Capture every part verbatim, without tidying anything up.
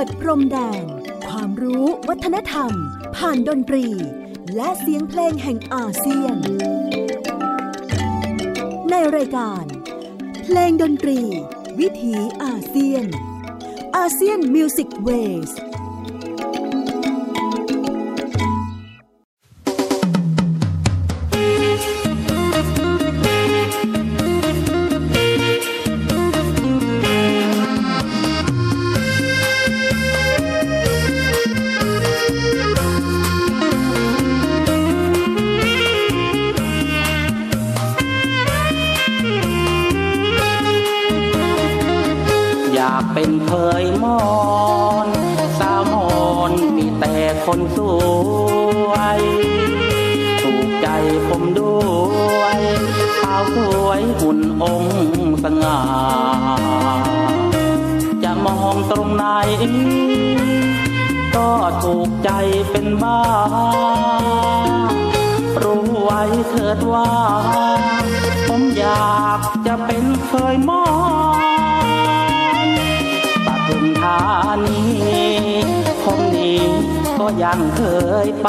ดพรมแดนความรู้วัฒนธรรมผ่านดนตรีและเสียงเพลงแห่งอาเซียนในรายการเพลงดนตรีวิถีอาเซียนอาเซียนมิวสิกเวสเป็นเคยมอนสาวมอนมีแต่คนสวยถูกใจผมด้วยสาวสวยหุ่นองค์สง่าจะมองตรงไหนก็ถูกใจเป็นบ้ารู้ไว้เถิดว่าผมอยากจะเป็นเคยมอนธานีผมนี้ก็ยังเคยไป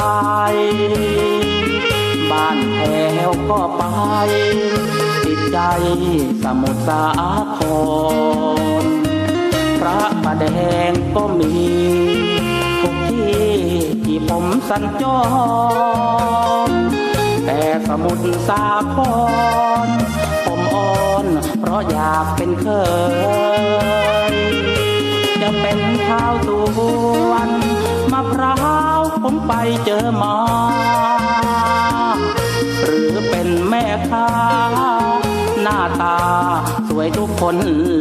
บ้านแถวก็ไปติดใจสมุทรสาครพระประแดงก็มีทุกที่ที่ผมสัญจรแต่สมุทรสาครผมอ่อนเพราะอยากเป็นเคยจะเป็นข้าวสวนมะพร้าวผมไปเจอมาหรือเป็นแม่ค้าหน้าตาสวยทุกคน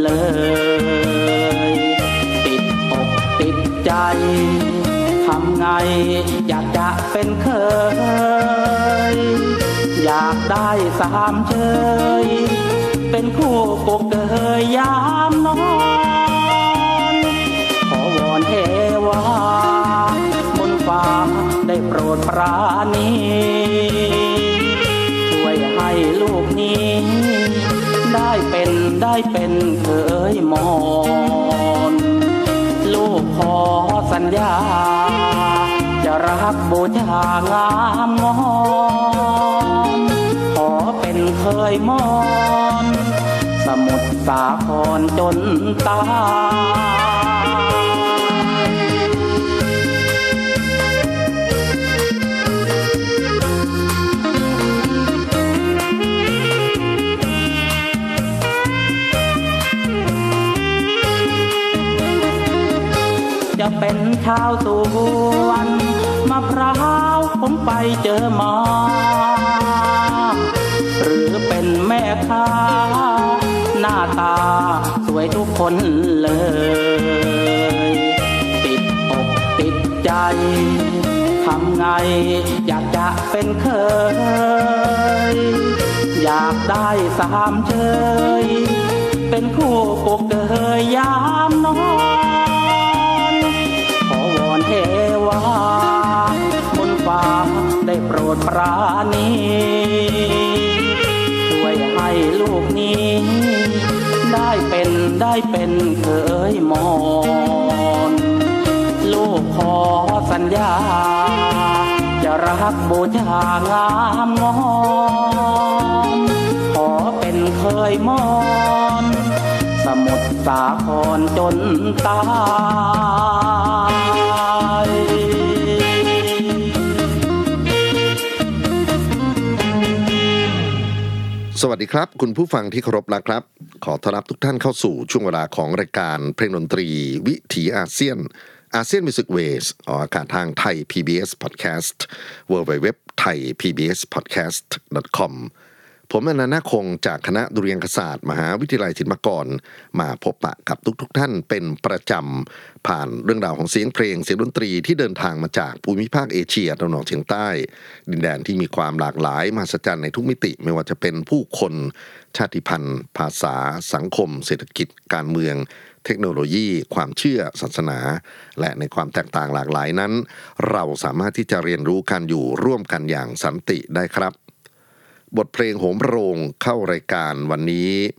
เลยติดอกติดใจทำไงอยากจะเป็นเคยอยากได้สามเชยเป็นคู่กกเกยยามนอนเทวาบนฟ้าได้โปรดปราณีช่วยให้ลูกนี้ได้เป็นได้เป็นเคยมอนลูกขอสัญญาจะรักบูชางามงอนขอเป็นเคยมอนสมุทรสาครจนตายจะเป็นชาวสวนมะพร้าวผมไปเจอมาหรือเป็นแม่ค้าหน้าตาสวยทุกคนเลยติดอกติดใจทำไงอยากจะเป็นเคยอยากได้สามเชยเป็นคู่กกเกยยามนอนขอวอนเทวาบนฟ้าได้โปรดปราณีช่วยให้ลูกนี้ได้เป็นได้เป็นเคยมอนลูกขอสัญญาจะรักบูชางามงอนขอเป็นเคยมอนสมุทรสาครจนตายสวัสดีครับคุณผู้ฟังที่เคารพรักครับขอต้อนรับทุกท่านเข้าสู่ช่วงเวลาของรายการเพลงดนตรีวิถีอาเซียนอาเซียนมิวสิกเวสออกอากาศทางไทย พี บี เอส Podcast ดับเบิลยู ดับเบิลยู ดับเบิลยู ดอท ไทย พี บี เอส พอดแคสต์ ดอท คอม ผมอนันต์ นาคงจากคณะดุริยางคศาสตร์มหาวิทยาลัยศิลปากรมาพบปะกับทุกๆ ท่านเป็นประจำผ่านเรื่องราวของเสียงเพลงเสียงดนตรีที่เดินทางมาจากภูมิภาคเอเชียตะวันออกเฉียงใต้ดินแดนที่มีความหลากหลายมหัศจรรย์ในทุกมิติไม่ว่าจะเป็นผู้คนชาติพันธุ์ภาษาสังคมเศรษฐกิจการเมืองเทคโนโลยีความเชื่อศาสนาและในความแตกต่างหลากหลายนั้นเราสามารถที่จะเรียนรู้กันอยู่ร่วมกันอย่างสันติได้ครับบทเพลงโหมโรงเข้ารายการวันนี้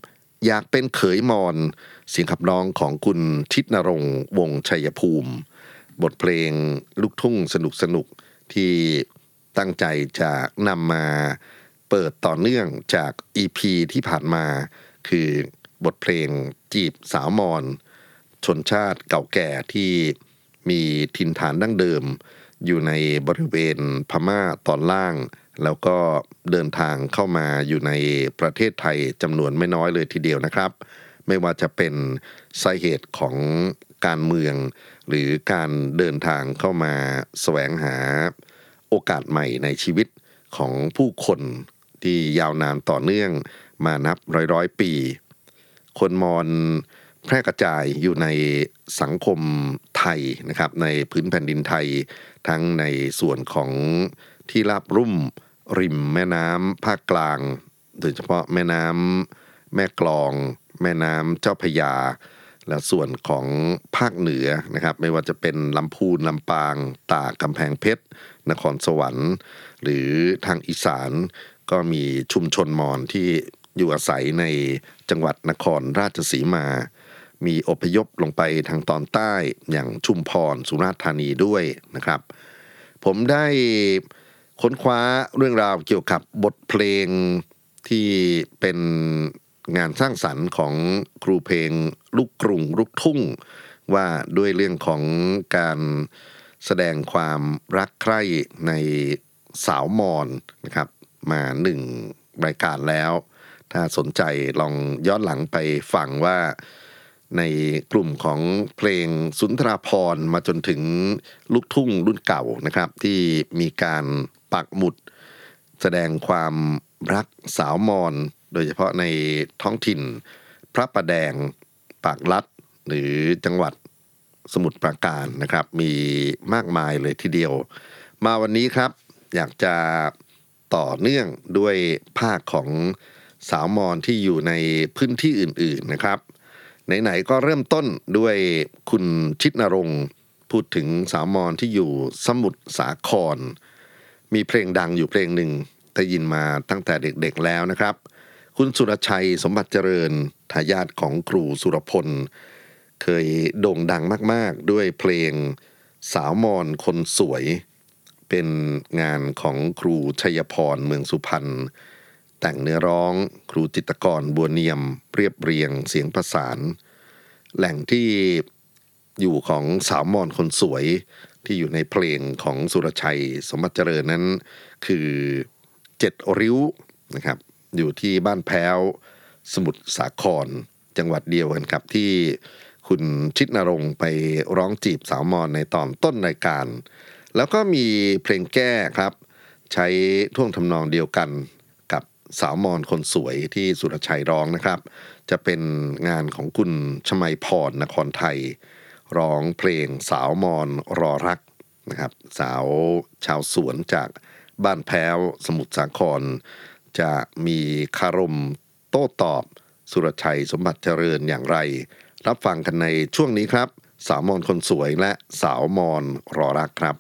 อยากเป็นเขยมอนเสียงขับร้องของคุณชิดนรงค์วงศ์ชัยภูมิบทเพลงลูกทุ่งสนุกสนุกที่ตั้งใจจะนำมาเปิดต่อเนื่องจาก อี พี ที่ผ่านมาคือบทเพลงจีบสาวมอญชนชาติเก่าแก่ที่มีถิ่นฐานดั้งเดิมอยู่ในบริเวณพม่าตอนล่างแล้วก็เดินทางเข้ามาอยู่ในประเทศไทยจำนวนไม่น้อยเลยทีเดียวนะครับไม่ว่าจะเป็นสาเหตุของการเมืองหรือการเดินทางเข้ามาแสวงหาโอกาสใหม่ในชีวิตของผู้คนที่ยาวนานต่อเนื่องมานับร้อยๆปีคนมอญแพร่กระจายอยู่ในสังคมไทยนะครับในพื้นแผ่นดินไทยทั้งในส่วนของที่ราบรุ่มริมแม่น้ำภาคกลางโดยเฉพาะแม่น้ำแม่กลองแม่น้ำเจ้าพระยาและส่วนของภาคเหนือนะครับไม่ว่าจะเป็นลำพูนลำปางตากกำแพงเพชรนครสวรรค์หรือทางอีสานก็มีชุมชนมอญที่อยู่อาศัยในจังหวัดนครราชสีมามีอพยพลงไปทางตอนใต้อย่างชุมพรสุราษฎร์ธานีด้วยนะครับผมได้ค้นคว้าเรื่องราวเกี่ยวกับบทเพลงที่เป็นงานสร้างสรรค์ของครูเพลงลูกกรุงลูกทุ่งว่าด้วยเรื่องของการแสดงความรักใคร่ในสาวมอญนะครับมาหนึ่งรายการแล้วถ้าสนใจลองย้อนหลังไปฟังว่าในกลุ่มของเพลงสุนทราภรณ์มาจนถึงลูกทุ่งรุ่นเก่านะครับที่มีการปักหมุดแสดงความรักสาวมอญโดยเฉพาะในท้องถิ่นพระประแดงปากลัดหรือจังหวัดสมุทรปราการนะครับมีมากมายเลยทีเดียวมาวันนี้ครับอยากจะต่อเนื่องด้วยภาคของสาวมอญที่อยู่ในพื้นที่อื่นๆนะครับไหนๆก็เริ่มต้นด้วยคุณชิดนรงค์พูดถึงสาวมอญที่อยู่สมุทรสาครมีเพลงดังอยู่เพลงหนึ่งได้ยินมาตั้งแต่เด็กๆแล้วนะครับคุณสุรชัยสมบัติเจริญทายาทของครูสุรพลเคยโด่งดังมากๆด้วยเพลงสาวมอญคนสวยเป็นงานของครูชัยพรเมืองสุพรรณแต่งเนื้อร้องครูจิตรกรบัวเนียมเรียบเรียงเสียงประสานแหล่งที่อยู่ของสาวมอญคนสวยที่อยู่ในเพลงของสุรชัยสมบัติเจริญนั้นคือเจ็ดริ้วนะครับอยู่ที่บ้านแพ้วสมุทรสาครจังหวัดเดียวกันครับที่คุณชิดนรงค์ไปร้องจีบสาวมอญในตอนต้นรายการแล้วก็มีเพลงแก้ครับใช้ท่วงทำนองเดียวกันกับสาวมอญคนสวยที่สุรชัยร้องนะครับจะเป็นงานของคุณชมัยพรนครไทยร้องเพลงสาวมอญรอรักนะครับสาวชาวสวนจากบ้านแพ้วสมุทรสาครจะมีคารมโต้ตอบสุรชัยสมบัติเจริญอย่างไรรับฟังกันในช่วงนี้ครับสาวมอญคนสวยและสาวมอญรอรักครับ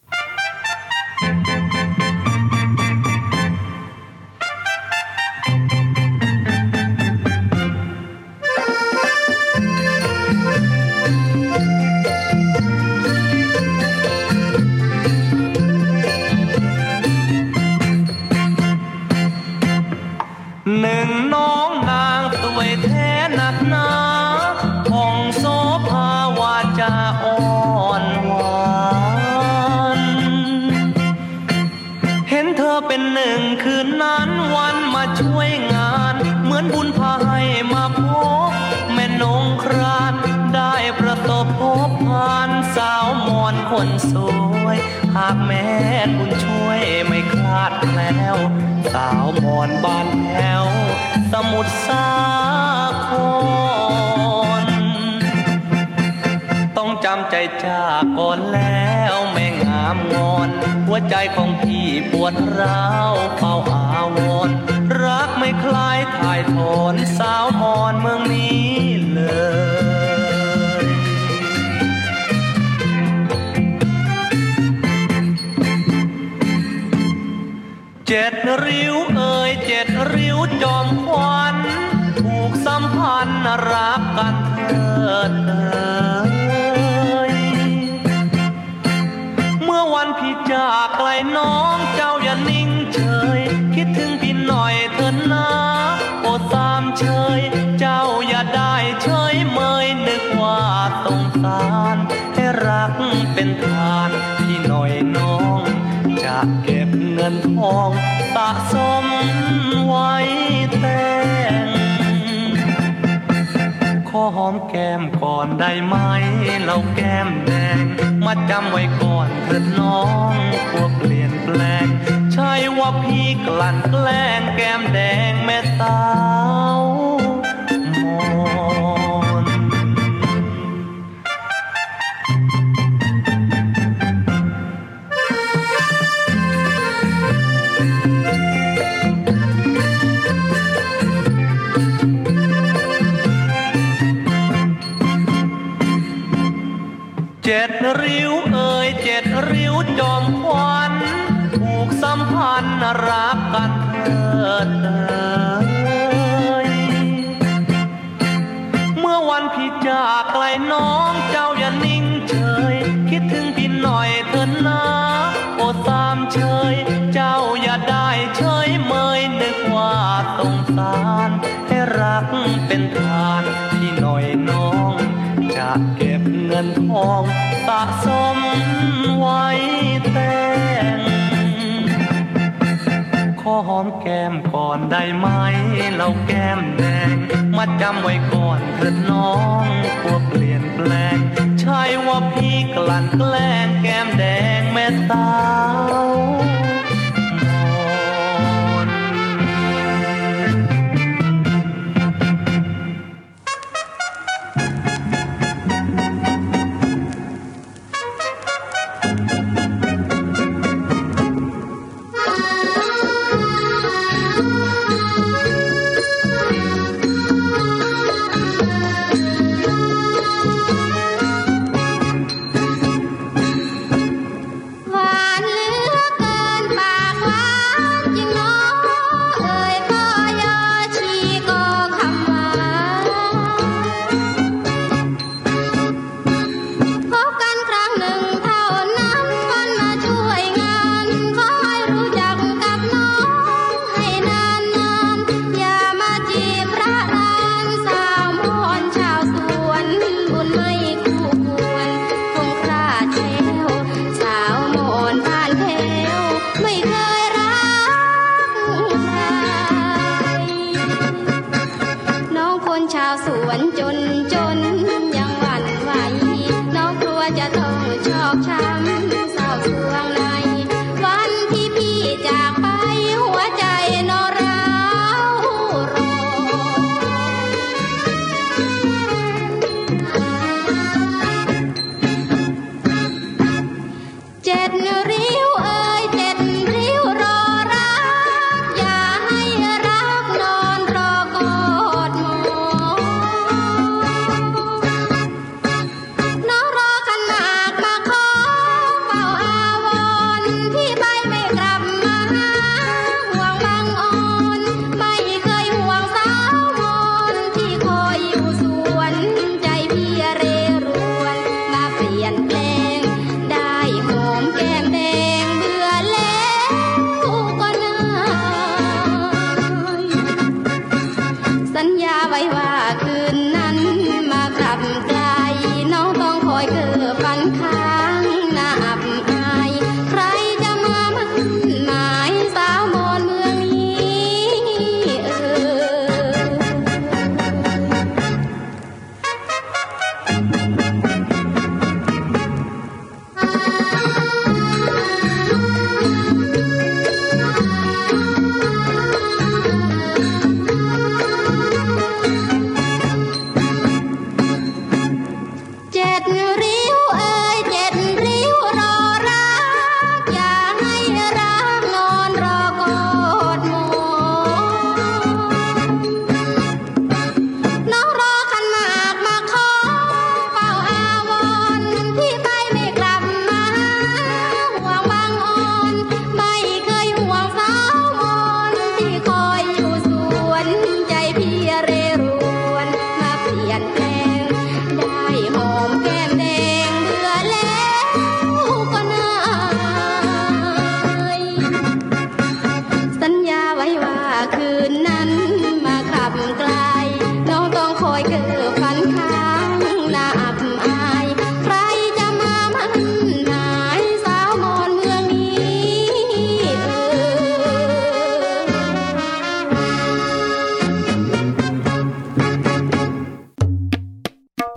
หนึ่งน้องนางสวยแท้หนักหนาผ่องโสภาวาจาอ่อนหวานเห็นเธอเป็นหนึ่งคืนนั้นวันมาช่วยงานเหมือนบุญพาให้มาพบแม่นงครานได้ประสบพบผ่านสาวมอญคนสวยหากแม่บุญช่วยไม่คลาดแคล้วสาวมอญบ้านแพ้วสมุทรสาครต้องจำใจจากก่อนแล้วแม่งามงอนหัวใจของพี่ปวดร้าวเฝ้าอาวรณ์รักไม่คลายถ่ายถอนสาวมอญเมืองนี้เลยเจ็ดริ้วเอ่ยเจ็ดริ้วจอมขวัญถูกสัมพัรักกันเถิดเอ่ยเมื่อวันพี่จากไกลน้องเจ้าอย่านิ่งเฉยคิดถึงพี่หน่อยเถิดนะโปรดตามเฉยเจ้าอย่าได้เฉยเมยนึกว่าสงสารให้รักเป็นทานพี่หน่อยน้องจะเก็บเงินทองสะสมไว้แต่งขอหอมแก้มก่อนได้ไหมเราแก้มแดงมาจำไว้ก่อนเถิดน้องพวกเปลี่ยนแปลงใช่ว่าพี่กลั่นแกล้งแก้มแดงแม่สาวมนเจ็ดริ้วเอ่ยเจ็ดริ้วจอมขวัญผูกสัมพันธ์รักกันเถิดเอ่ยเมื่อวันพี่จากไกลน้องเจ้าอย่านิ่งเฉยคิดถึงพี่หน่อยเถิดนะโปรดตามเฉยเจ้าอย่าได้เฉยเมยนึกว่าสงสารให้รักเป็นทานพี่หน่อยน้องจะเก็บเงินทองสะสมไว้แต่งขอหอมแก้มก่อนได้ไหมเราแก้มแดงมาจำไว้ก่อนเถิดน้องกลัวเปลี่ยนแปลงใช่ว่าพี่กลั่นแกล้งแก้มแดงแม่สาว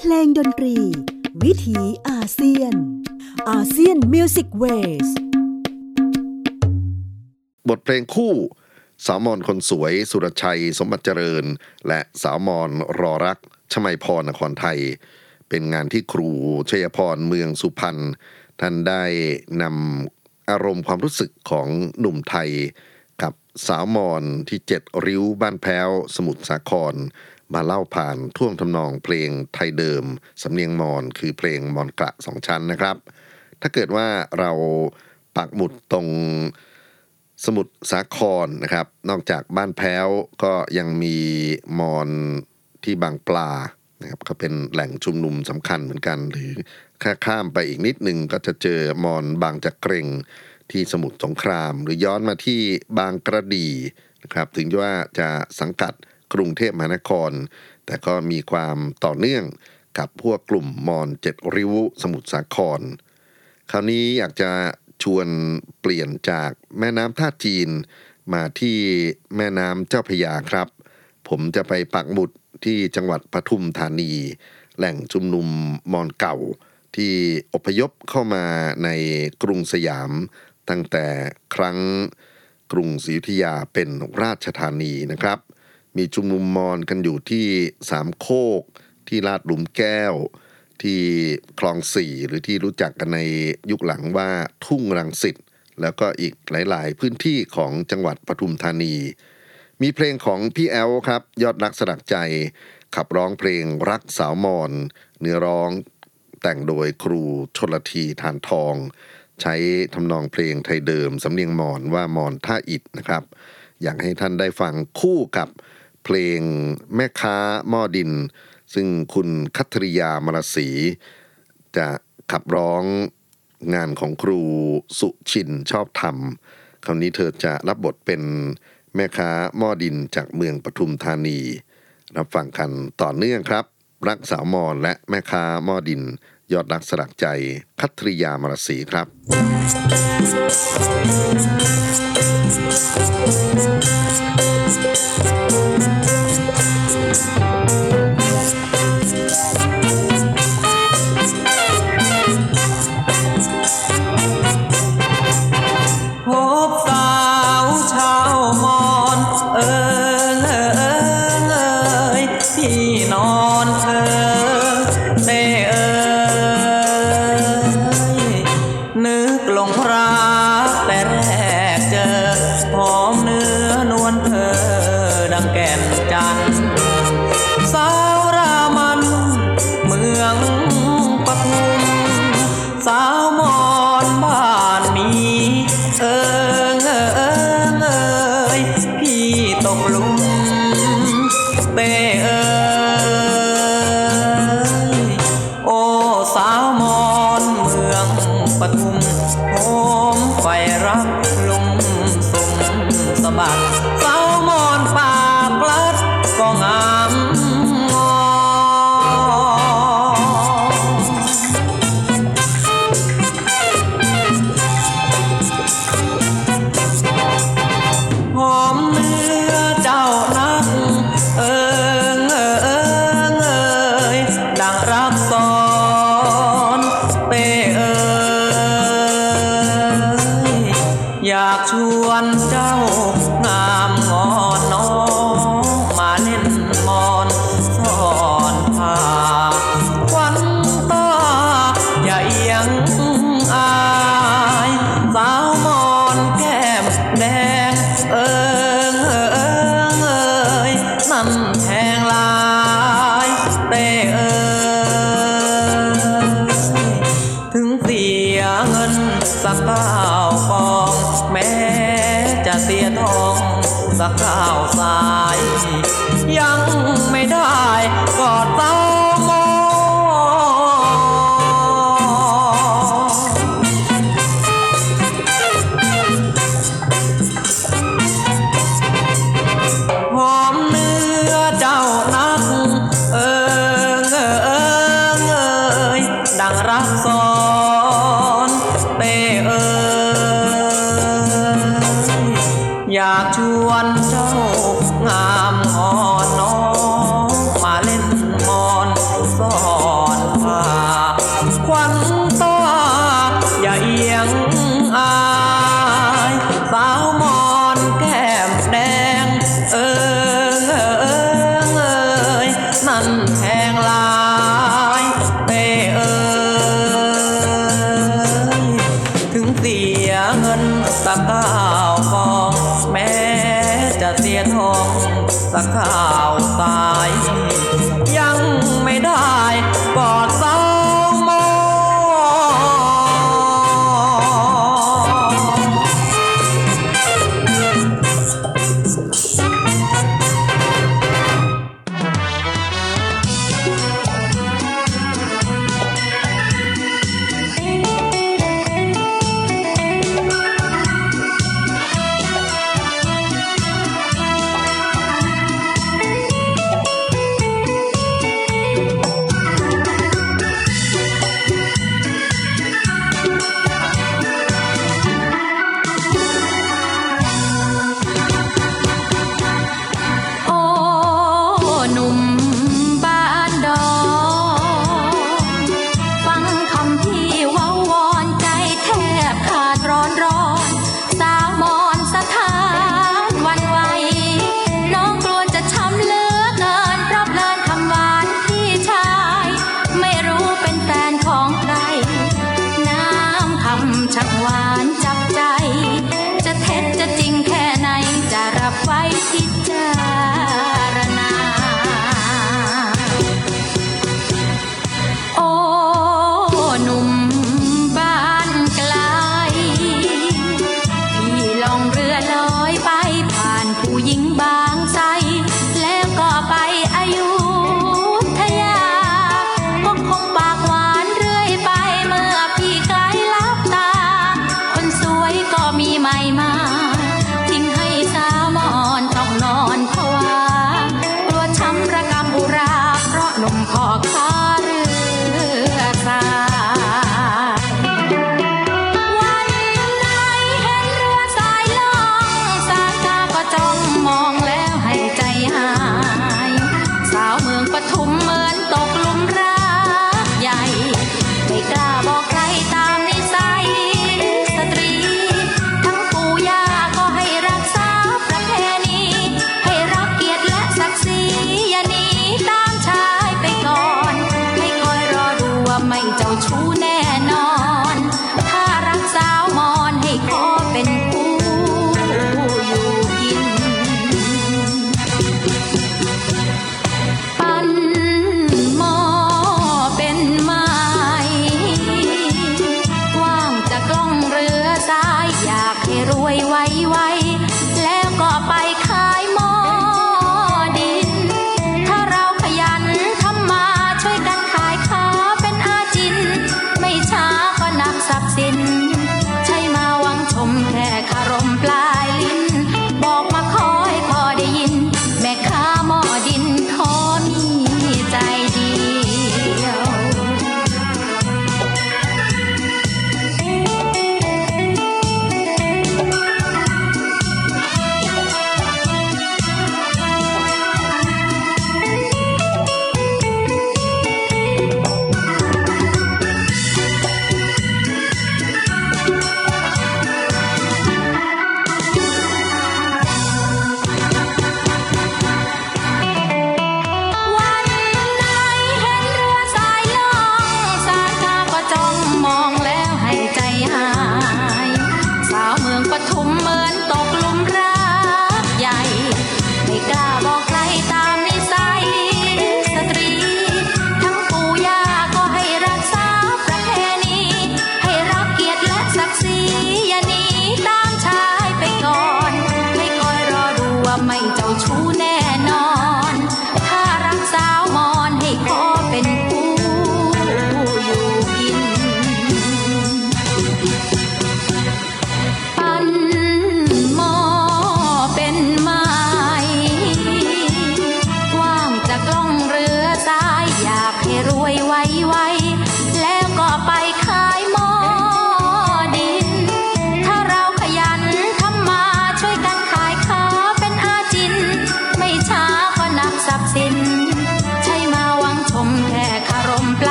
เพลงดนตรีวิถีอาเซียนอาเซียนมิวสิกเวสบทเพลงคู่สาวมอนคนสวยสุรชัยสมบัติเจริญและสาวมอนรอรักชมัยพรนครไทยเป็นงานที่ครูชัยพรเมืองสุพรรณท่านได้นำอารมณ์ความรู้สึกของหนุ่มไทยกับสาวมอนที่เจ็ดริ้วบ้านแพ้วสมุทรสาครมาเล่าผ่านท่วงทำนองเพลงไทยเดิมสำเนียงมอนคือเพลงมอนกระสองชั้นนะครับถ้าเกิดว่าเราปักหมุดตรงสมุทรสาครนะครับนอกจากบ้านแพ้วก็ยังมีมอนที่บางปลานะครับก็เป็นแหล่งชุมนุมสำคัญเหมือนกันหรือแค่ข้ามไปอีกนิดนึงก็จะเจอมอนบางจักเกร็งที่สมุทรสงครามหรือย้อนมาที่บางกระดี่นะครับถึงว่าจะสังกัดกรุงเทพมหานครแต่ก็มีความต่อเนื่องกับพวกกลุ่มมอนเจ็ดริ้วสมุทรสาครคราวนี้อยากจะชวนเปลี่ยนจากแม่น้ำท่าจีนมาที่แม่น้ำเจ้าพระยาครับผมจะไปปักหมุดที่จังหวัดปทุมธานีแหล่งชุมนุมมอนเก่าที่อพยพเข้ามาในกรุงสยามตั้งแต่ครั้งกรุงศรีอยุธยาเป็นราชธานีนะครับมีชุมนุมมอนกันอยู่ที่สามโคกที่ลาดหลุมแก้วที่คลองสี่หรือที่รู้จักกันในยุคหลังว่าทุ่งรังสิตแล้วก็อีกหลายๆพื้นที่ของจังหวัดปทุมธานีมีเพลงของพี่แอลครับยอดรักสลักใจขับร้องเพลงรักสาวมอนเนื้อร้องแต่งโดยครูชลธีทานทองใช้ทำนองเพลงไทยเดิมสำเนียงมอนว่ามอนท่าอิฐนะครับอยากให้ท่านได้ฟังคู่กับเพลงแม่ค้าหม้อดินซึ่งคุณคัทริยามรศรีจะขับร้องงานของครูสุชินชอบธรรมคราวนี้เธอจะรับบทเป็นแม่ค้าหม้อดินจากเมืองปทุมธานีรับฟังกันต่อเนื่องครับรักสาวมอนและแม่ค้าหม้อดินยอดรักสลักใจคัทริยามรศรีครับข้าวสายยังไม่ได้กอดเต้ามอหอมเนื้อเจ้านักเอิงเอิงเอ่ยดังรักซ้อนเตเอ่ยอยากชวนเจ้างามอ่อนน้องมาเล่นมอนซ้อนสักข้าวฟองแม้จะเสียทองสักข้าวสายยังไม่ได้กอดสาวมอง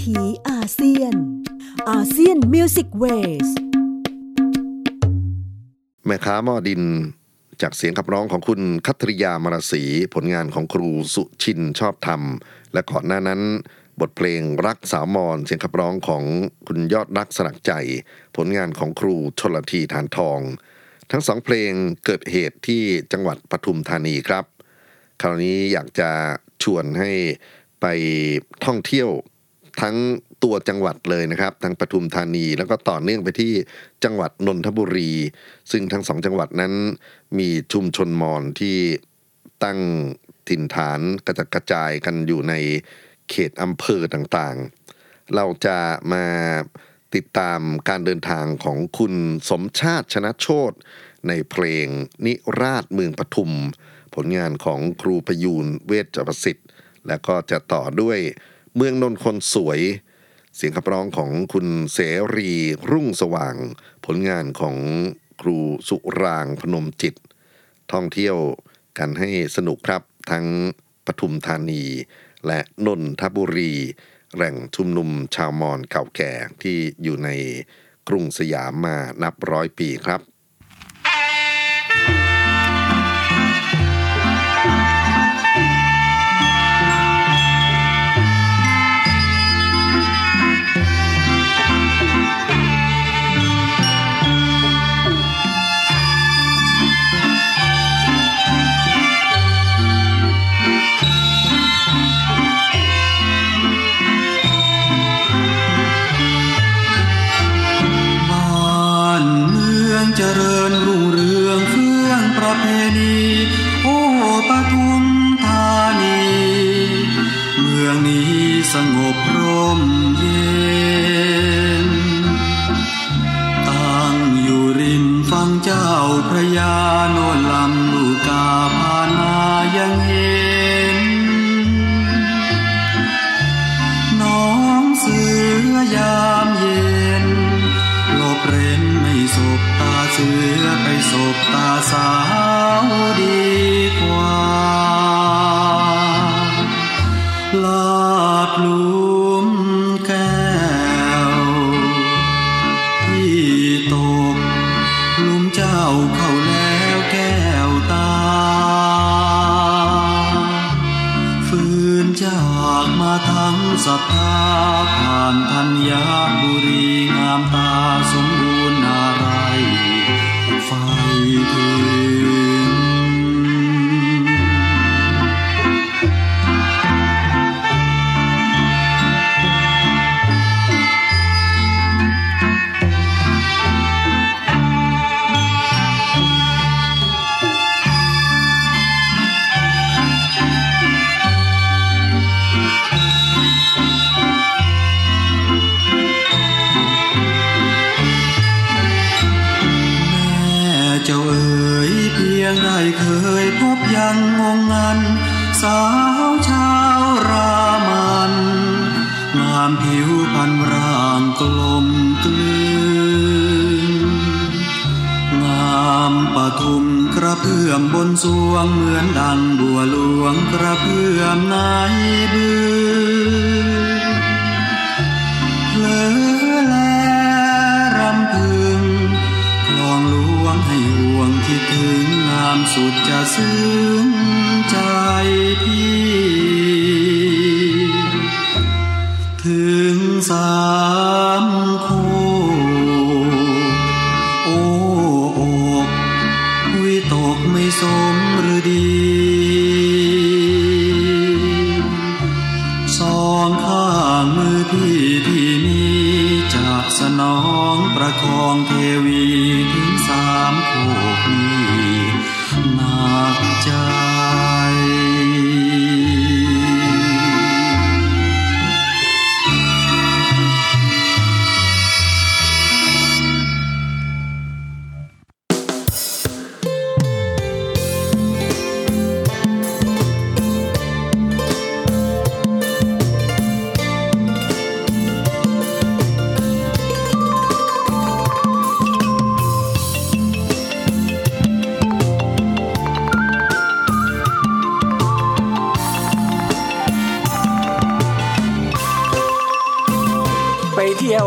ถีอาเซียนอาเซียนมิวสิกเวสแม่ค้าหม้อดินจากเสียงขับร้องของคุณคัทริยามรศรีผลงานของครูสุชินชอบธรรมและก่อนหน้านั้นบทเพลงรักสาวมอญเสียงขับร้องของคุณยอดรักสลักใจผลงานของครูชลธีฐานทองทั้งสองเพลงเกิดเหตุที่จังหวัดปทุมธานีครับคราวนี้อยากจะชวนให้ไปท่องเที่ยวทั้งตัวจังหวัดเลยนะครับทั้งปทุมธานีแล้วก็ต่อเนื่องไปที่จังหวัดนนทบุรีซึ่งทั้งสองจังหวัดนั้นมีชุมชนมอญที่ตั้งถิ่นฐานกระจัดกระจายกันอยู่ในเขตอำเภอต่างๆเราจะมาติดตามการเดินทางของคุณสมชาติชนะโชติในเพลงนิราศเมืองปทุมผลงานของครูประยูนเวชประสิทธิ์และก็จะต่อด้วยเมืองนนท์คนสวยเสียงขับร้องของคุณเสรีรุ่งสว่างผลงานของครูสุรางพนมจิตท่องเที่ยวกันให้สนุกครับทั้งปทุมธานีและนนทบุรีแหล่งชุมนุมชาวมอญเก่าแก่ที่อยู่ในกรุงสยามมานับร้อยปีครับเจริญรุ่งเรืองเฟื่องประเพณีโอ้ปทุมธานีเมืองนี้สงบร่มเย็นตั้งอยู่ริมฝั่งเจ้าพระยาโน่นลำลูกาผ่านมายังเห็นน้องเสือยามเย็นหลบเร้นไม่สบตาเสือไปสบตาสาวดีกว่าลาดลุมแก้วที่ตกลุมเจ้าเข้าแล้วแก้วตาฝืนจากมาทั้งศรัทธาผ่านธัญบุรีงามตาสมบูรณ์อะไรไฟถึงเจ้าเอ๋ยเพียงได้เคยพบยังงงงันสาวชาวรามันงามผิวพรรณร่างกลมกลืนงามปทุมกระเพื่อมบนสวงเหมือนดังบัวหลวงกระเพื่อมในบึงเลอแลรำพึงคลองหลวงให้ห่วงคิดถึงงามสุดจะซึ้งใจพี่ถึงสามโคโอ้อกวิตกไม่สมหรือดีสองข้างมือพี่ที่มีจากสนองประคองเทวีถึงสามโคกนี้หนักใจ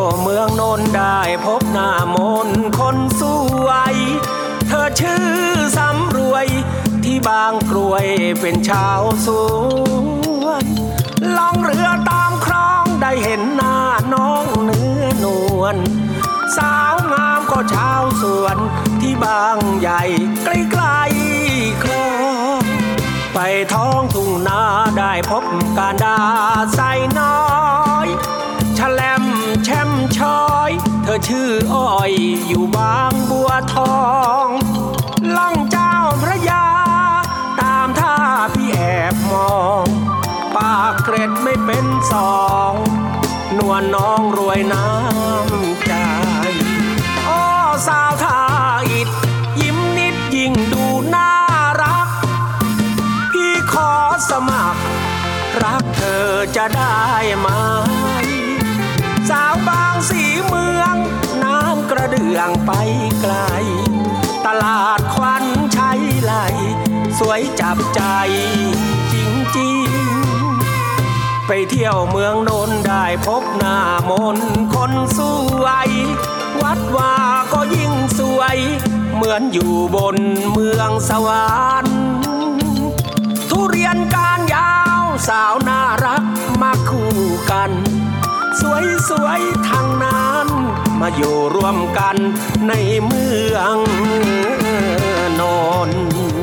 ยวเมืองนนท์ได้พบหน้ามนต์คนสวยเธอชื่อสำรวยที่บางกรวยเป็นชาวสวนล่องเรือตามคลองได้เห็นหน้าน้องเนื้อนวลสาวงามก็ชาวสวนที่บางใหญ่ใกล้ๆคลองไปท้องทุ่งนาได้พบการดาใสน้อยแฉลมแช่มช้อยเธอชื่ออ้อยอยู่บางบัวทองล่องเจ้าพระยาตามท่าพี่แอบมองปากเกร็ดไม่เป็นสองนวลน้องรวยน้ำใจอ้อสาวท่าอิฐยิ้มนิดยิ่งดูน่ารักพี่ขอสมัครรักเธอจะได้ไหมสาวบางสีเมืองน้ำกระเดื่องไปไกลตลาดควันใช้ไหลสวยจับใจจริงๆไปเที่ยวเมืองนนท์ได้พบหน้ามนต์คนสวยวัดว่าก็ยิ่งสวยเหมือนอยู่บนเมืองสวรรค์ทุเรียนก้านยาวสาวน่ารักมาคู่กันสวยๆทางนั้นมาอยู่ร่วมกันในเมืองนนท์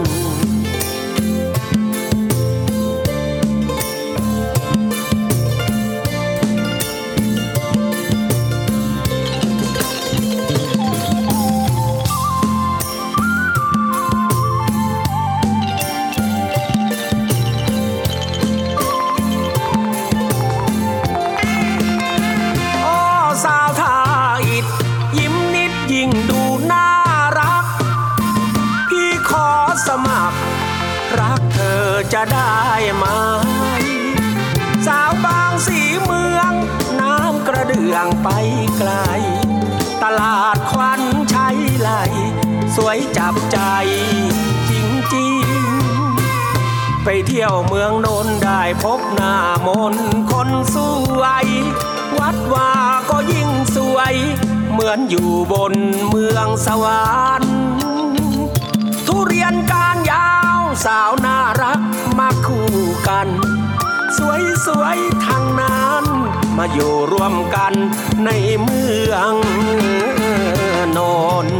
รักเธอจะได้ไหมสาวบางสีเมืองน้ำกระเดื่องไปไกลตลาดควันใช้ไหลสวยจับใจจริงๆไปเที่ยวเมืองนนท์ได้พบหน้ามนต์คนสวยวัดว่าก็ยิ่งสวยเหมือนอยู่บนเมืองสวรรค์ทุเรียนก้านยาวสาวน่ารักมาคู่กันสวยๆทางนั้นมาอยู่ร่วมกันในเมืองนนท์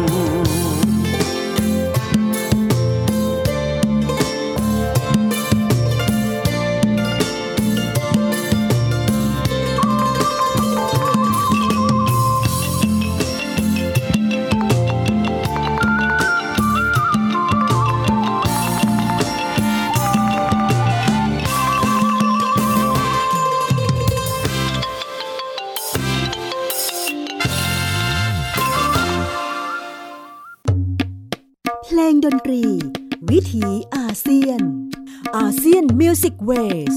เพลงดนตรีวิถีอาเซียนอาเซียนมิวสิกเวส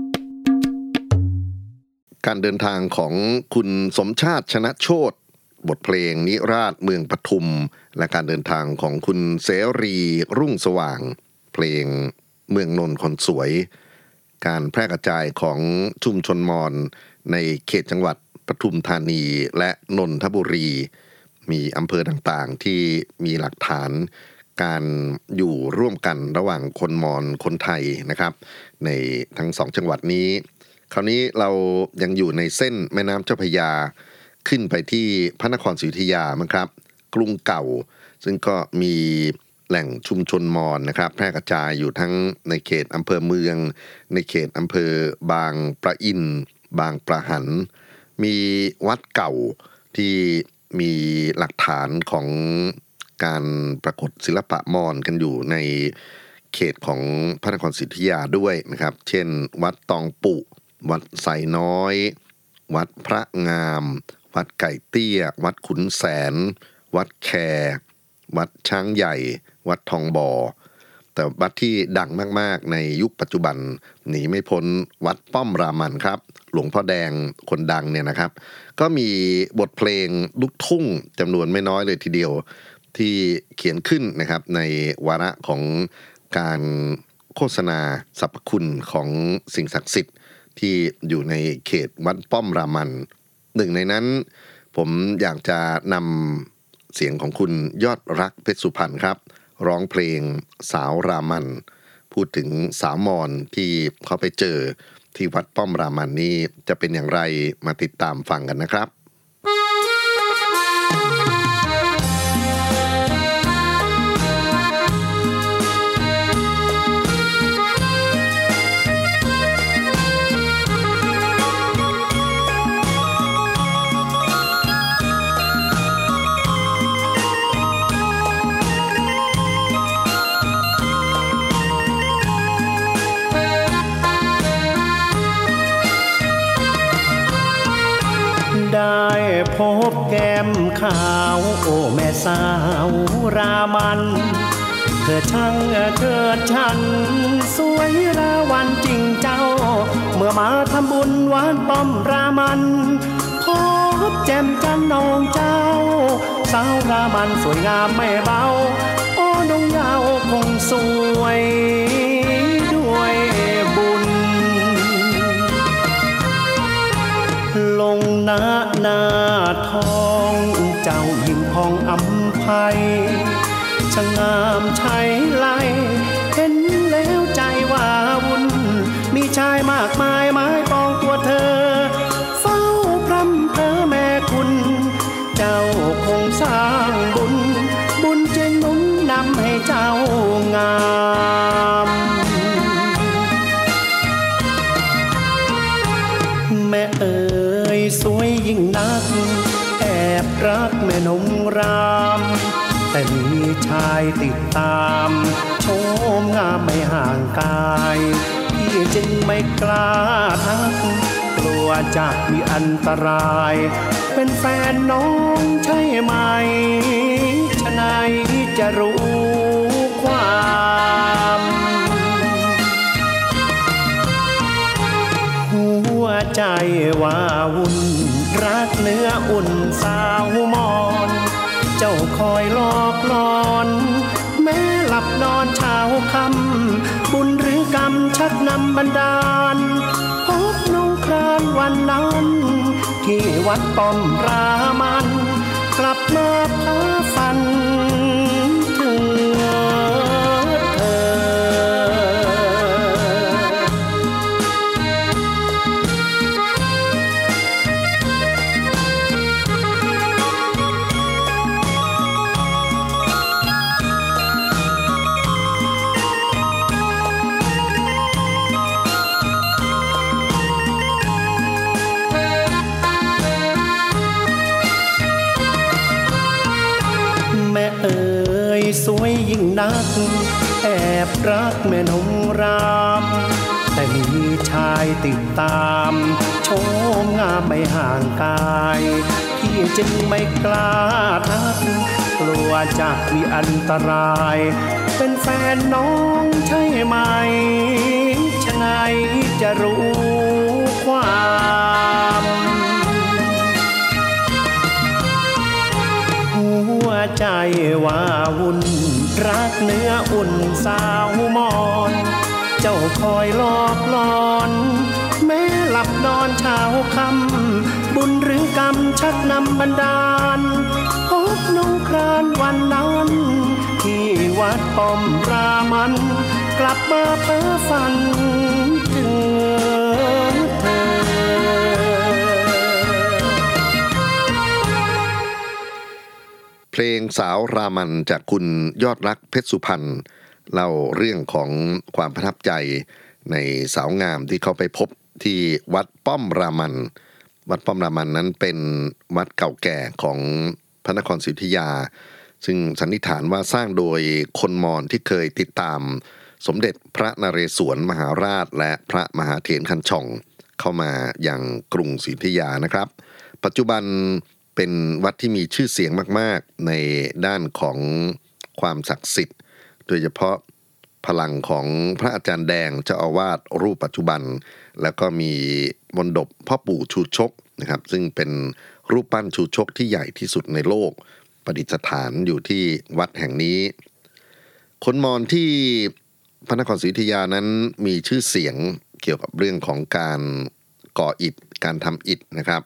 การเดินทางของคุณสมชาติชนะโชติบทเพลงนิราศเมืองปทุมและการเดินทางของคุณเสรีรุ่งสว่างเพลงเมืองนนท์คนสวยการแพร่กระจายของชุมชนมอญในเขตจังหวัดปทุมธานีและนนทบุรีมีอำเภอต่างๆที่มีหลักฐานการอยู่ร่วมกันระหว่างคนมอญคนไทยนะครับในทั้งสองจังหวัดนี้คราวนี้เรายังอยู่ในเส้นแม่น้ำเจ้าพระยาขึ้นไปที่พระนครศรีอยุธยามั้งครับกรุงเก่าซึ่งก็มีแหล่งชุมชนมอญนะครับแพร่กระจายอยู่ทั้งในเขตอำเภอเมืองในเขตอำเภอบางปะอินบางปะหันมีวัดเก่าที่มีหลักฐานของการปรากฏศิลปะมอญกันอยู่ในเขตของพระนครศรีอยุธยาด้วยนะครับเช่นวัดตองปุวัดไสน้อยวัดพระงามวัดไก่เตี้ยวัดขุนแสนวัดแควัดช้างใหญ่วัดทองบ่อแต่วัดที่ดังมากๆในยุคปัจจุบันหนีไม่พ้นวัดป้อมรามันครับหลวงพ่อแดงคนดังเนี่ยนะครับก็มีบทเพลงลูกทุ่งจำนวนไม่น้อยเลยทีเดียวที่เขียนขึ้นนะครับในวาระของการโฆษณาสรรพคุณของสิ่งศักดิ์สิทธิ์ที่อยู่ในเขตวัดป้อมรามันหนึ่งในนั้นผมอยากจะนำเสียงของคุณยอดรักเพชรสุพรรณครับร้องเพลงสาวรามันพูดถึงสาวมอญที่เขาไปเจอที่วัดป้อมรามันนี้จะเป็นอย่างไรมาติดตามฟังกันนะครับได้พบแก้มขาวโอ้แม่สาวรามันเธอช่างเกิดฉันสวยราวันจริงเจ้าเมื่อมาทำบุญวัดป้อมรามันพบแจ่มจันน้องเจ้าสาวรามันสวยงามไม่เบาโอ้น้องยาวคงสวยด้วยบุญลงหน้าหน้าทองเจ้ายิ่งพองอำไพชะงามใช้ไลเห็นแล้วใจว่าวุ่นมีชายมากมายไม้ปองตัวเธอเฝ้าพร่ำเพ้อแม่คุณเจ้าคงสร้างบุญบุญจะหนุนนำให้เจ้างามแม่เอ๋ยสวยยิ่งนักแอบรักแม่นงรามแต่มีชายติดตามโชมงามไม่ห่างกายพี่จึงไม่กล้าทักกลัวจะมีอันตรายเป็นแฟนน้องใช่ไหมฉะนั้นจะรู้ความหัวใจว่าวุ่นรักเนื้ออุ่นสาวมอนเจ้าคอยหลอกหลอนแม้หลับนอนเช้าค่ำบุญหรือกรรมชักนำบันดาลพบน้องครานวันนั้นที่วัดป้อมรามันกลับมาเพ้อฝันถึงเธอเอ๋ยสวยยิ่งนักแอบรักแม่นงรามแต่มีชายติดตามโชมงามไม่ห่างกายพี่จึงไม่กล้าทักกลัวจะมีอันตรายเป็นแฟนน้องใช่ไหมฉะนั้นจะรู้ความหัวใจว่าวุ่นรักเนื้ออุ่นสาวมอนเจ้าคอยหลอกหลอนแม้หลับนอนเช้าค่ำบุญหรือกรรมชักนำบันดาลพบน้องครานวันนั้นที่วัดป้อมรามันกลับมาเพ้อฝันถึงเธอเพลงสาวรามันจากคุณยอดรักเพชรสุพรรณเล่าเรื่องของความประทับใจในสาวงามที่เขาไปพบที่วัดป้อมรามันวัดป้อมรามันนั้นเป็นวัดเก่าแก่ของพระนครศรีอยุธยาซึ่งสันนิษฐานว่าสร้างโดยคนมอญที่เคยติดตามสมเด็จพระนเรศวรมหาราชและพระมหาเถรคันช่องเข้ามาอย่างกรุงศรีอยุธยานะครับปัจจุบันเป็นวัดที่มีชื่อเสียงมากๆในด้านของความศักดิ์สิทธิ์โดยเฉพาะพลังของพระอาจารย์แดงเจ้าอาวาสรูปปัจจุบันแล้วก็มีมณฑปพ่อปู่ชูชกนะครับซึ่งเป็นรูปปั้นชูชกที่ใหญ่ที่สุดในโลกประดิษฐานอยู่ที่วัดแห่งนี้คนมอญที่พระนครศรีอยุธยานั้นมีชื่อเสียงเกี่ยวกับเรื่องของการก่ออิฐการทำอิฐนะครับ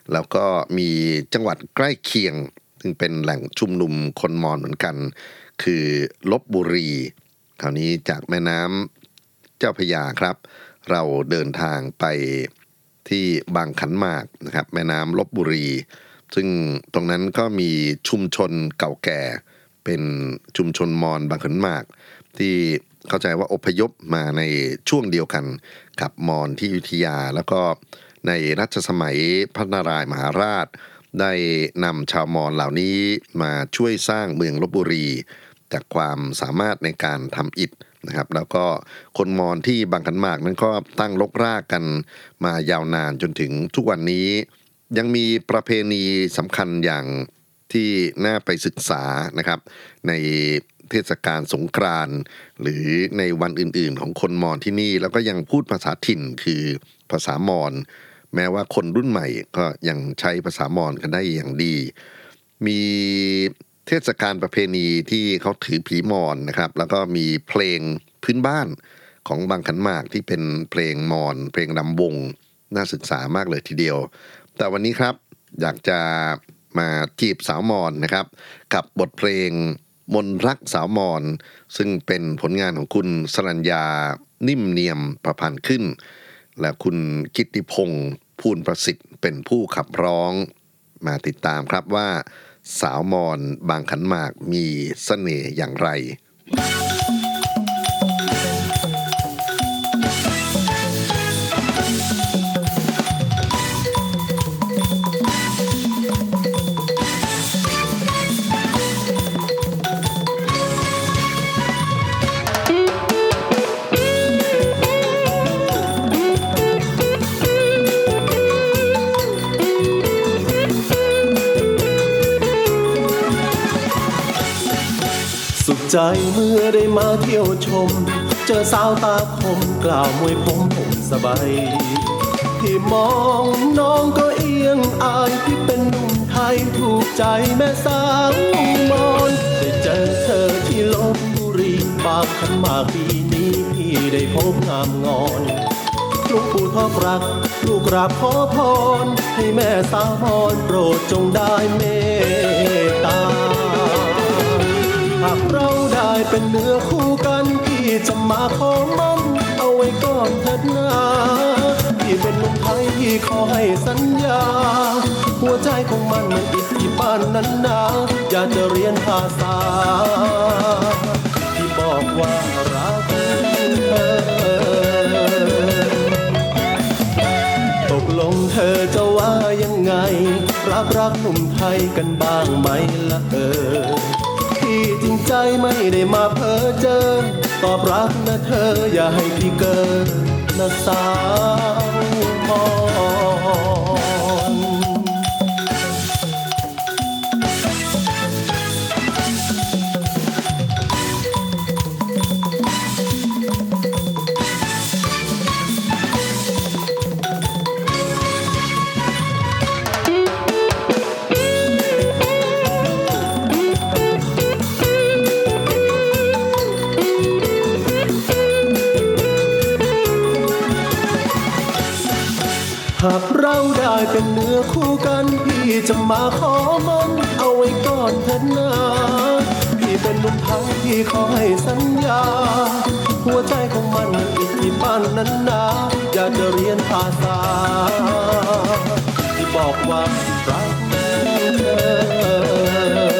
แล้วก็มีจังหวัดใกล้เคียงซึ่งเป็นแหล่งชุมนุมคนมอญเหมือนกันคือลพบุรีคราวนี้จากแม่น้ำเจ้าพระยาครับเราเดินทางไปที่บางขันหมากนะครับแม่น้ำลพบุรีซึ่งตรงนั้นก็มีชุมชนเก่าแก่เป็นชุมชนมอญบางขันหมากที่เข้าใจว่าอพยพมาในช่วงเดียวกันกับมอญที่อยุธยาแล้วก็ในรัชสมัยพระนารายณ์มหาราชได้นำชาวมอญเหล่านี้มาช่วยสร้างเมืองลพบุรีจากความสามารถในการทำอิฐนะครับแล้วก็คนมอญที่บางขันหมากนั้นก็ตั้งรกรากกันมายาวนานจนถึงทุกวันนี้ยังมีประเพณีสำคัญอย่างที่น่าไปศึกษานะครับในเทศกาลสงกรานต์หรือในวันอื่นๆของคนมอญที่นี่แล้วก็ยังพูดภาษาถิ่นคือภาษามอญแม้ว่าคนรุ่นใหม่ก็ยังใช้ภาษามอญกันได้อย่างดีมีเทศกาลประเพณีที่เขาถือผีมอญนะครับแล้วก็มีเพลงพื้นบ้านของบางขันหมากที่เป็นเพลงมอญเพลงรำวงน่าศึกษามากเลยทีเดียวแต่วันนี้ครับอยากจะมาจีบสาวมอญนะครับกับบทเพลงมนรักสาวมอญซึ่งเป็นผลงานของคุณสรัญญานิ่มเนียมประพันธ์ขึ้นและคุณกิตติพงษ์ภูลประสิทธิ์เป็นผู้ขับร้องมาติดตามครับว่าสาวมอญบางขันหมากมีเสน่ห์อย่างไรใจเมื่อได้มาเที่ยวชมเจอสาวตาคมกล่าวมวยผมผมสบายที่มองน้องก็เอียงอายที่เป็นหนุ่มไทยถูกใจแม่สาวมอญได้เจอเธอที่ลพบุรีบางขันหมากปีนี้พี่ได้พบงามงอนหลวงปู่ทองรักลูกกราบขอพรให้แม่สาวมอญโปรดจงได้เมตตาหากเราได้เป็นเนื้อคู่กันพี่จะมาขอมันเอาไว้ก่อนเถิดนะพี่เป็นหนุ่มไทยพี่ขอให้สัญญาหัวใจของมันมันติดที่บ้านนั้นนะอยากจะเรียนภาษาที่บอกว่ารักเธอตกลงเธอจะว่ายังไงรักรักหนุ่มไทยกันบ้างไหมล่ะเออพี่จริงใจไม่ได้มาเพ้อเจอตอบรักนะเธออย่าให้พี่เกินนะสาวมอญหากเราได้เป็นเนื้อคู่กันพี่จะมาขอมันเอาไว้ก่อนเถิดนะพี่เป็นหนุ่มไทยพี่ขอให้สัญญาหัวใจของมันอีกที่บ้านนั้นนะอยากจะเรียนภาษาที่บอกว่ารักเธอ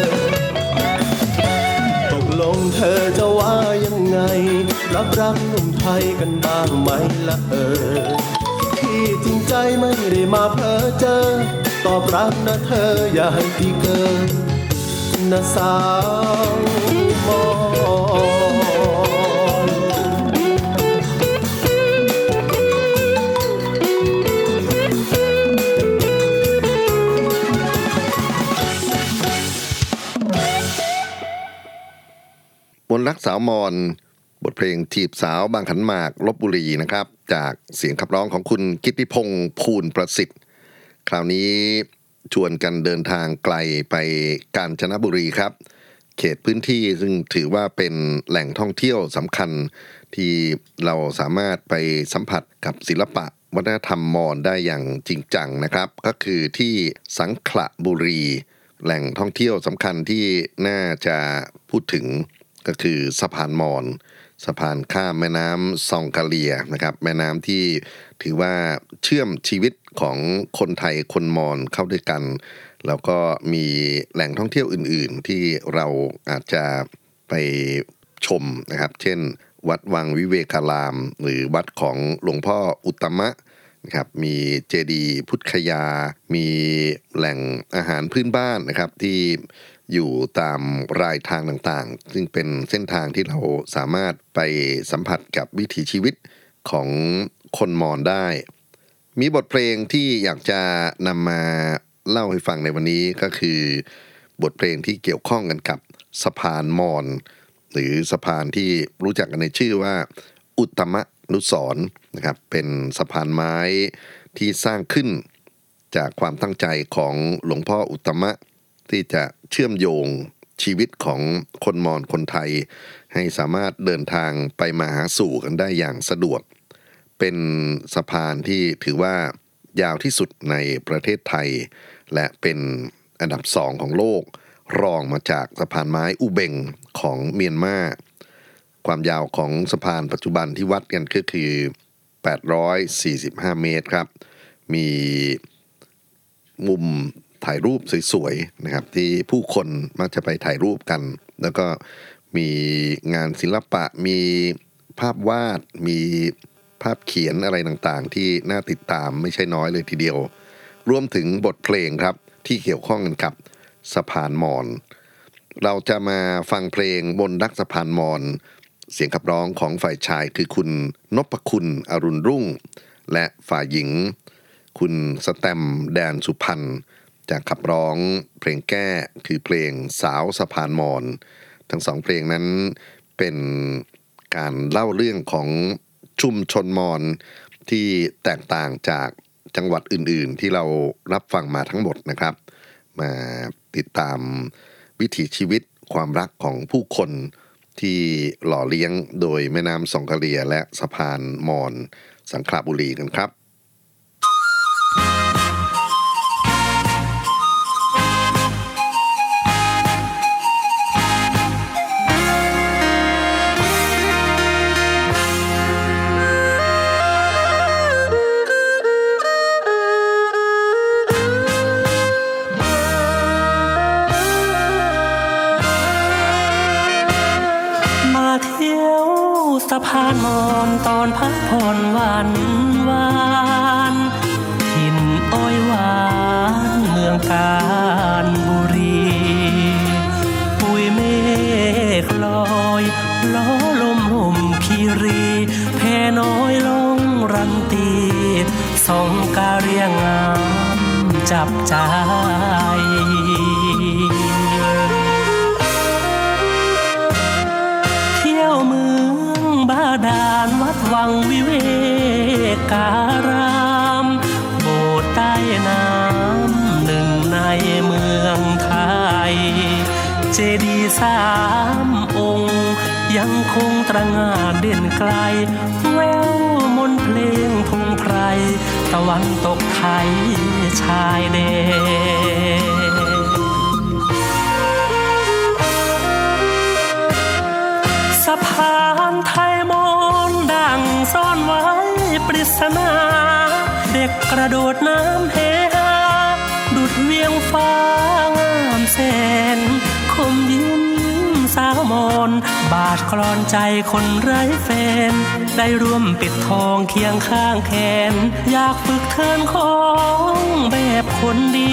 ตกลงเธอจะว่ายังไงรักรักหนุ่มไทยกันบ้างไหมล่ะเออพี่จริงใจไม่ได้มาเพ้อเจอตอบรักนะเธออย่าให้พี่เกินนะสาวมอญมนรักสาวมอญบทเพลงจีบสาวบางขันหมากลพบุรีนะครับจากเสียงขับร้องของคุณกิตติพงษ์ภูลประสิทธิ์คราวนี้ชวนกันเดินทางไกลไปกาญจนบุรีครับเขตพื้นที่ซึ่งถือว่าเป็นแหล่งท่องเที่ยวสำคัญที่เราสามารถไปสัมผัสกับศิลปะวัฒนธรรมมอญได้อย่างจริงจังนะครับก็คือที่สังขละบุรีแหล่งท่องเที่ยวสำคัญที่น่าจะพูดถึงก็คือสะพานมอญสะพานข้ามแม่น้ำซองกะเลียนะครับแม่น้ำที่ถือว่าเชื่อมชีวิตของคนไทยคนมอญเข้าด้วยกันแล้วก็มีแหล่งท่องเที่ยวอื่นๆที่เราอาจจะไปชมนะครับเช่นวัดวังวิเวการามหรือวัดของหลวงพ่ออุตตมะนะครับมีเจดีย์พุทธคยามีแหล่งอาหารพื้นบ้านนะครับที่อยู่ตามรายทางต่างๆซึ่งเป็นเส้นทางที่เราสามารถไปสัมผัสกับวิถีชีวิตของคนมอญได้มีบทเพลงที่อยากจะนำมาเล่าให้ฟังในวันนี้ก็คือบทเพลงที่เกี่ยวข้องกันกับสะพานมอญหรือสะพานที่รู้จักกันในชื่อว่าอุตตมนุสรณ์นะครับเป็นสะพานไม้ที่สร้างขึ้นจากความตั้งใจของหลวงพ่ออุตตมะที่จะเชื่อมโยงชีวิตของคนมอญคนไทยให้สามารถเดินทางไปมาหาสู่กันได้อย่างสะดวกเป็นสะพานที่ถือว่ายาวที่สุดในประเทศไทยและเป็นอันดับสองของโลกรองมาจากสะพานไม้อุเบงของเมียนมาความยาวของสะพานปัจจุบันที่วัดกันก็คือแปดร้อยสี่สิบห้าเมตรครับมีมุมถ่ายรูปสวยๆนะครับที่ผู้คนมักจะไปถ่ายรูปกันแล้วก็มีงานศิลปะมีภาพวาดมีภาพเขียนอะไรต่างๆที่น่าติดตามไม่ใช่น้อยเลยทีเดียวรวมถึงบทเพลงครับที่เกี่ยวข้องกันกับสะพานมอญเราจะมาฟังเพลงบนรักสะพานมอญเสียงขับร้องของฝ่ายชายคือคุณนพคุณอรุณรุ่งและฝ่ายหญิงคุณสแตมแดนสุพรรณจะขับร้องเพลงแก้คือเพลงสาวสะพานมอญทั้งสองเพลงนั้นเป็นการเล่าเรื่องของชุมชนมอญที่แตกต่างจากจังหวัดอื่นๆที่เรารับฟังมาทั้งหมดนะครับมาติดตามวิถีชีวิตความรักของผู้คนที่หล่อเลี้ยงโดยแม่น้ำซองกะเลียและสะพานมอญสังขละบุรีกันครับสะพานมอญตอนพักผ่อนหวานหวานถิ่นอ้อยหวานเมืองกาญบุรีปุยเมฆลอยล้อลมห่มคีรีแพน้อยลงรันตีสองกาเรียงงามจับใจบาดาลวัดวังวิเวการามโบสถ์ใต้น้ำหนึ่งในเมืองไทยเจดีย์สามองค์ยังคงตระหง่านเด่นไกลแววมนต์เพลงพงไพรตะวันตกไทยชายแดนสะพานไทยมนต์ดังซ่อนไว้ปริศนาเด็กกระโดดน้ำเฮฮาดุจเวียงฟ้างามแสนคมยิ้มสาวมนต์บาดคลอนใจคนไร้แฟนได้ร่วมปิดทองเคียงข้างแขนอยากฝึกเทินของแบบคนดี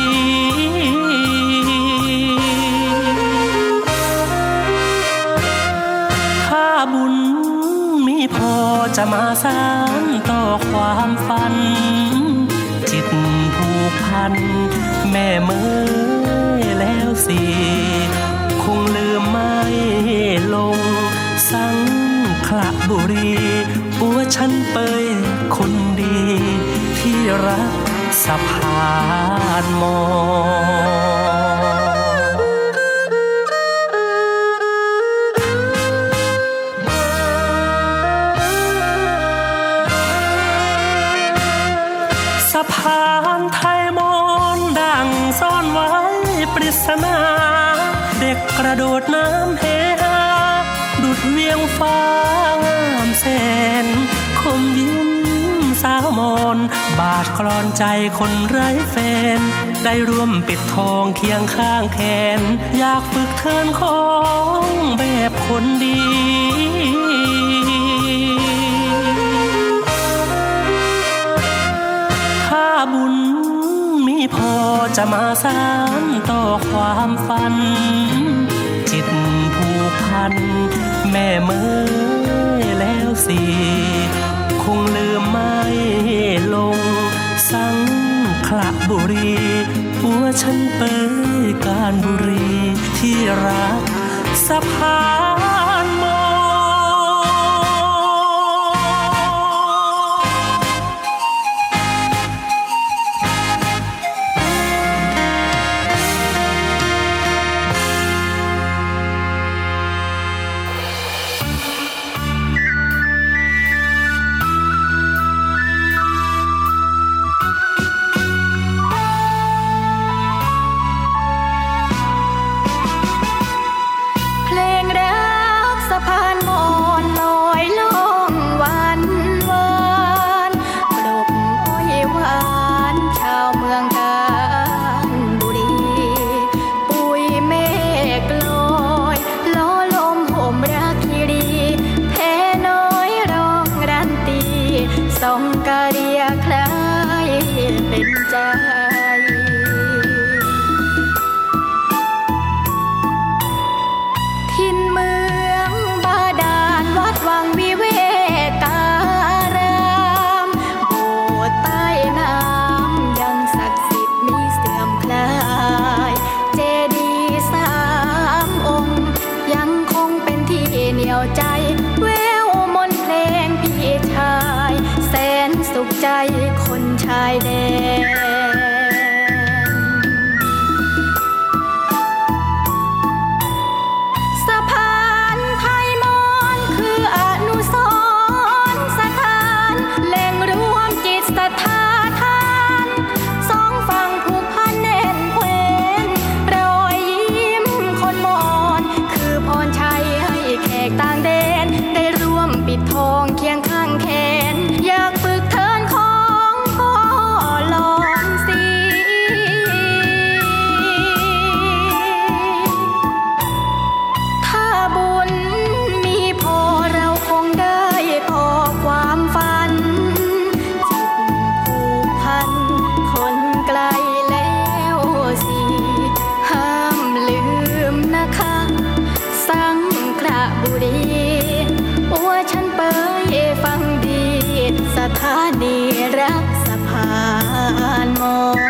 บุญมีพอจะมาสานต่อความฝันจิตผูกพันแม่เมื่อแล้วสิคงลืมไม่ลงสังขละบุรีปัวฉันเปยคนดีที่รักสะพานมอญปริศนาเด็กกระโดดน้ำเฮฮาดุดเวียงฟ้างามแสนคมยิ้มสาวมนบาดกลอนใจคนไร้แฟนได้ร่วมปิดทองเคียงข้างแขนอยากฝึกเทินของแบบคนดีถ้าบุญมีพอจะมาสานต่อความฝันจิตผูกพันแม่เมื่อแล้วสิคงลืมไม่ลงสังขละบุรีหัวฉันเปิดการบุรีที่รักสะพานมอใจคนชายแดนสะพานไทยมอญคืออนุสรณ์สถานแหล่งรวมจิตศรัทธาทานสองฝั่งผูกพันแน่นแควนรอยยิ้มคนมอญคือพรชัยให้แขกต่างแดนได้ร่วมปิดทองเคียงข้างแขนอยากฝึกเทินของพ่อลองสิถ้าบุญมีพอเราคงได้พอความฝันจิตผูกพันคนไกลแล้วสิห้ามลืมนะคะสังขละบุรีว่าฉันเปิดฟังดีสถานีรักสะพานมอญ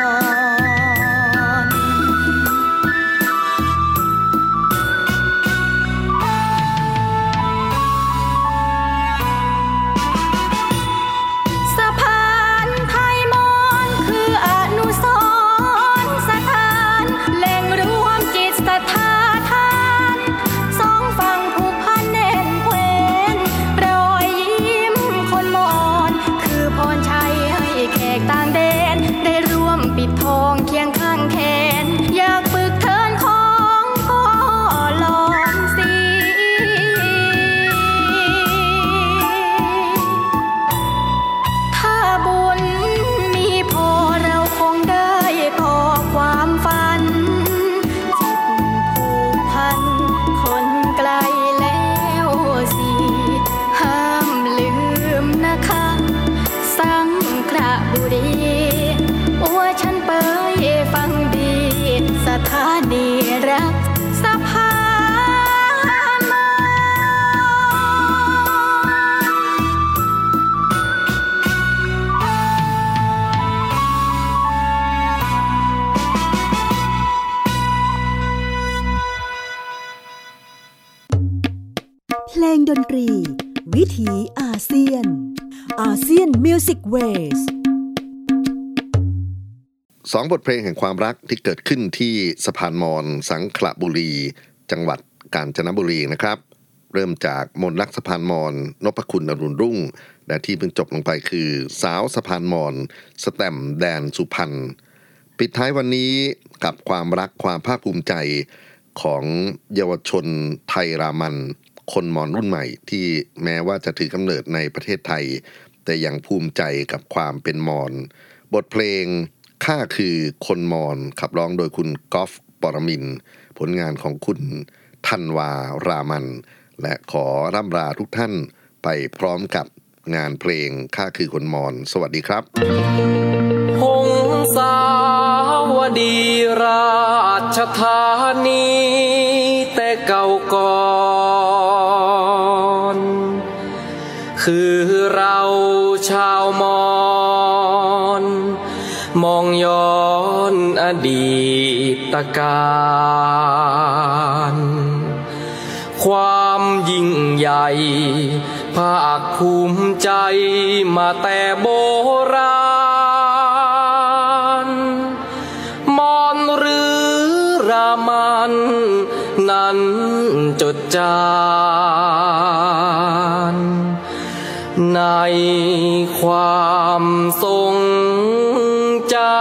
สะพานไทยมอญคืออนุสรณ์สถานแหล่งรวมจิตศรัทธาทานสองฝั่งผูกพันแน่นแควนรอยยิ้มคนมอญคือพรชัยให้แขกต่างแดนได้ร่วมปิดทองเคียงข้างแขนอยากฝึกเทินของพ่อลองสิถ้าบุญมีพอเราคงได้พอความฝันจิตผูกพันคนไกลแล้วสิห้ามลืมนะคะสังขละบุรีว่าฉันเปิดฟังดีสถานีรักสะพานมอญเพลงดนตรีวิถีอาเซียนอาเซียนมิวสิกเวสสองบทเพลงแห่งความรักที่เกิดขึ้นที่สะพานมอญสังขละบุรีจังหวัดกาญจนบุรีนะครับเริ่มจากมนต์รักสะพานมอญนพคุณอรุณรุ่งและที่เพิ่งจบลงไปคือสาวสะพานมอญสแตมป์แดนสุพรรณ ปิปิดท้ายวันนี้กับความรักความภาคภูมิใจของเยาวชนไทยรามันคนมอญรุ่นใหม่ที่แม้ว่าจะถือกำเนิดในประเทศไทยแต่ยังภูมิใจกับความเป็นมอญบทเพลงข้าคือคนมอญขับร้องโดยคุณกอล์ฟปรมินทร์ผลงานของคุณธันวารามันและขอร่ำลาทุกท่านไปพร้อมกับงานเพลงข้าคือคนมอญสวัสดีครับหงสาวดีราชธานีแต่เก่าก่อนคือเราชาวมอญมองย้อนอดีตการความยิ่งใหญ่ภาคภูมิใจมาแต่โบราณมอญหรือรามันนั้นจดจานในความทรงจำ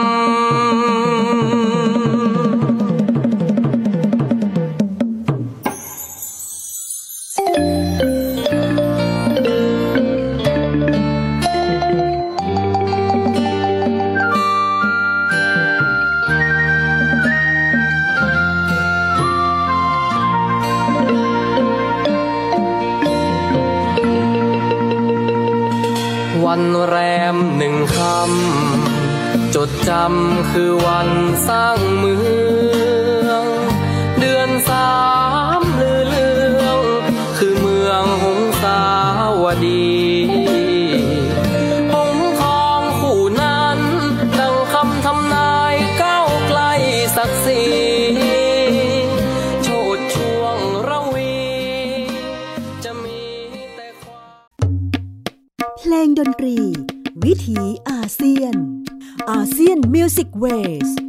วันแรมหนึ่งค่ำจดจำคือวันสร้างเมืองเดือนสามลือเลืองคือเมืองหงสาวดีหงทองคู่นั้นดังคำทำนายก้าวไกลศักดิ์ศรีโชติช่วงระวีจะมีแต่ความเพลงดนตรีวิถีอาเซียนอาเซียนมิวสิกเวส